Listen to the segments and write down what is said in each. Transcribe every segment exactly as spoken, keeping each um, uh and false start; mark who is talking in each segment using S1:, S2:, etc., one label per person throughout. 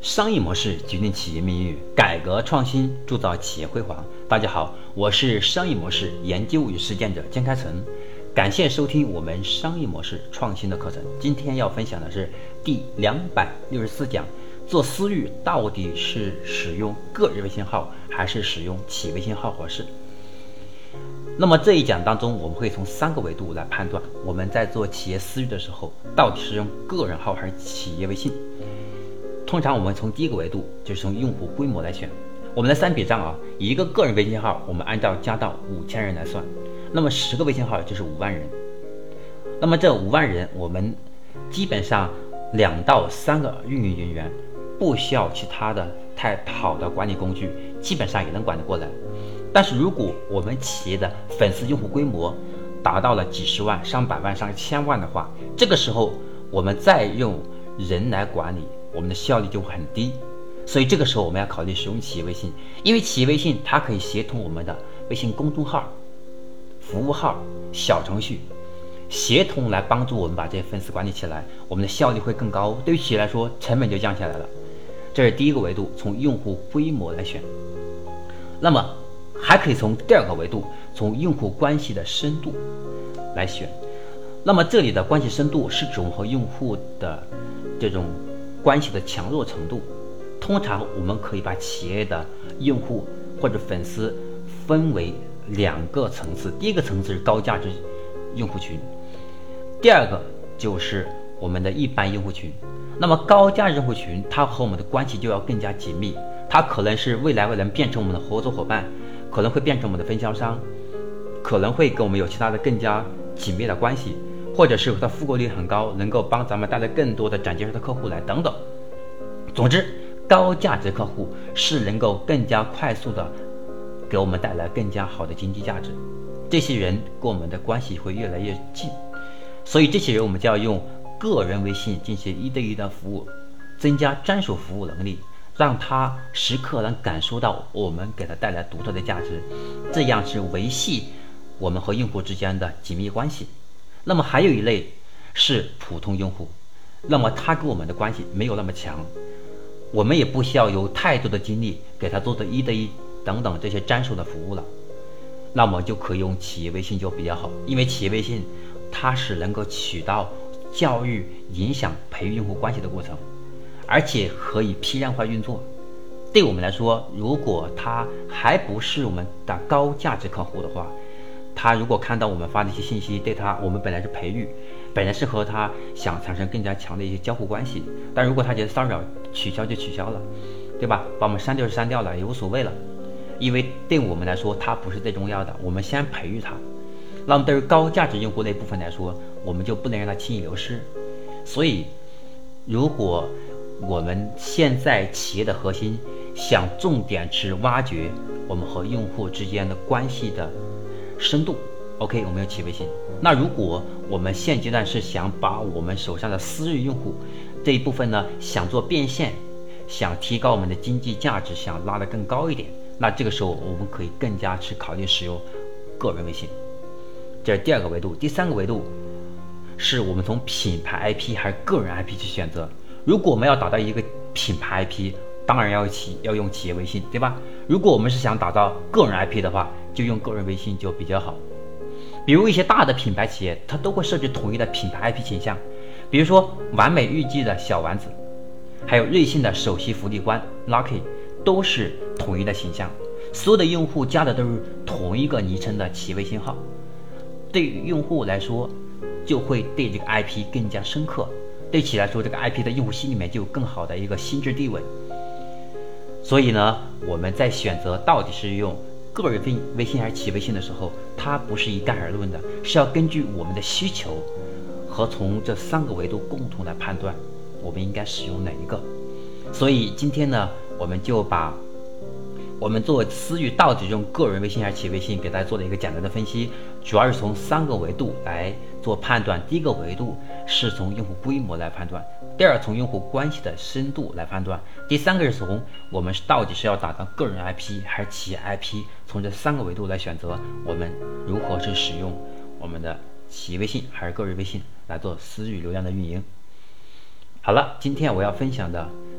S1: 商业模式决定企业命运，改革创新铸造企业辉煌。大家好，我是商业模式研究与实践者江开成，感谢收听我们商业模式创新的课程。今天要分享的是第两百六十四讲，做私域到底是使用个人微信号还是使用企业微信号合适？那么这一讲当中，我们会从三个维度来判断我们在做企业私域的时候，到底是用个人号还是企业微信。通常我们从第一个维度，就是从用户规模来选。我们的三笔账啊，以一个个人微信号，我们按照加到五千人来算，那么十个微信号就是五万人。那么这五万人，我们基本上两到三个运营人员，不需要其他的太好的管理工具，基本上也能管得过来。但是如果我们企业的粉丝用户规模达到了几十万、上百万、上千万的话，这个时候我们再用人来管理，我们的效率就会很低。所以这个时候我们要考虑使用企业微信，因为企业微信它可以协同我们的微信公众号、服务号、小程序，协同来帮助我们把这些粉丝管理起来，我们的效率会更高，对于企业来说成本就降下来了。这是第一个维度，从用户规模来选。那么还可以从第二个维度，从用户关系的深度来选。那么这里的关系深度是指我们和用户的这种关系的强弱程度。通常我们可以把企业的用户或者粉丝分为两个层次，第一个层次是高价值用户群，第二个就是我们的一般用户群。那么高价值用户群，它和我们的关系就要更加紧密，它可能是未来会能变成我们的合作伙伴，可能会变成我们的分销商，可能会跟我们有其他的更加紧密的关系，或者是它复购率很高，能够帮咱们带来更多的展介绍的客户来等等。总之，高价值客户是能够更加快速的给我们带来更加好的经济价值，这些人跟我们的关系会越来越近，所以这些人我们就要用个人微信进行一对一的服务，增加专属服务能力，让他时刻能感受到我们给他带来独特的价值，这样是维系我们和用户之间的紧密关系。那么还有一类是普通用户，那么他跟我们的关系没有那么强，我们也不需要有太多的精力给他做的一对一等等这些专属的服务了，那么就可以用企业微信就比较好，因为企业微信它是能够起到教育、影响、培育用户关系的过程，而且可以批量化运作。对我们来说，如果他还不是我们的高价值客户的话，他如果看到我们发的一些信息，对他我们本来是培育，本来是和他想产生更加强的一些交互关系，但如果他觉得骚扰，取消就取消了，对吧？把我们删掉就删掉了，也无所谓了，因为对我们来说他不是最重要的，我们先培育他。那么对于高价值用户那部分来说，我们就不能让他轻易流失。所以如果我们现在企业的核心想重点去挖掘我们和用户之间的关系的深度， OK， 我们有企业微信。那如果我们现阶段是想把我们手上的私域用户这一部分呢，想做变现，想提高我们的经济价值，想拉得更高一点，那这个时候我们可以更加去考虑使用个人微信。这是第二个维度。第三个维度是我们从品牌 I P 还是个人 I P 去选择。如果我们要打造一个品牌 I P， 当然要企要用企业微信，对吧？如果我们是想打造个人 I P 的话，就用个人微信就比较好。比如一些大的品牌企业，它都会设置统一的品牌 I P 形象，比如说完美日记的小丸子，还有瑞幸的首席福利官 Lucky， 都是统一的形象，所有的用户加的都是同一个昵称的企业微信号，对于用户来说就会对这个 I P 更加深刻，对企业来说这个 I P 的用户心里面就有更好的一个心智地位。所以呢，我们在选择到底是用个人微信还是企业微信的时候，它不是一概而论的，是要根据我们的需求和从这三个维度共同来判断我们应该使用哪一个。所以今天呢，我们就把我们做私域到底用个人微信还是企业微信给大家做了一个简单的分析，主要是从三个维度来做判断。第一个维度是从用户规模来判断，第二从用户关系的深度来判断，第三个是从我们到底是要打造个人 I P 还是企业 I P， 从这三个维度来选择我们如何去使用我们的企业微信还是个人微信来做私域流量的运营。好了，今天我要分享的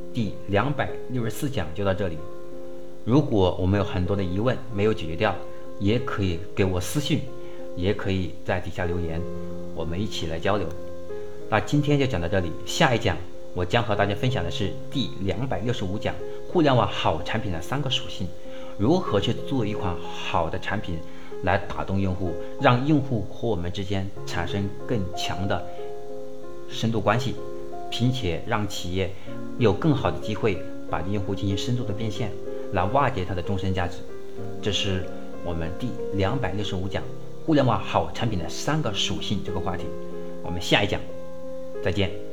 S1: 第两百六十四讲就到这里。如果我们有很多的疑问没有解决掉，也可以给我私信，也可以在底下留言，我们一起来交流。那今天就讲到这里，下一讲我将和大家分享的是第两百六十五讲，互联网好产品的三个属性，如何去做一款好的产品来打动用户，让用户和我们之间产生更强的深度关系，并且让企业有更好的机会把用户进行深度的变现，来挖掘它的终身价值。这是我们第两百六十五讲互联网好产品的三个属性这个话题，我们下一讲再见。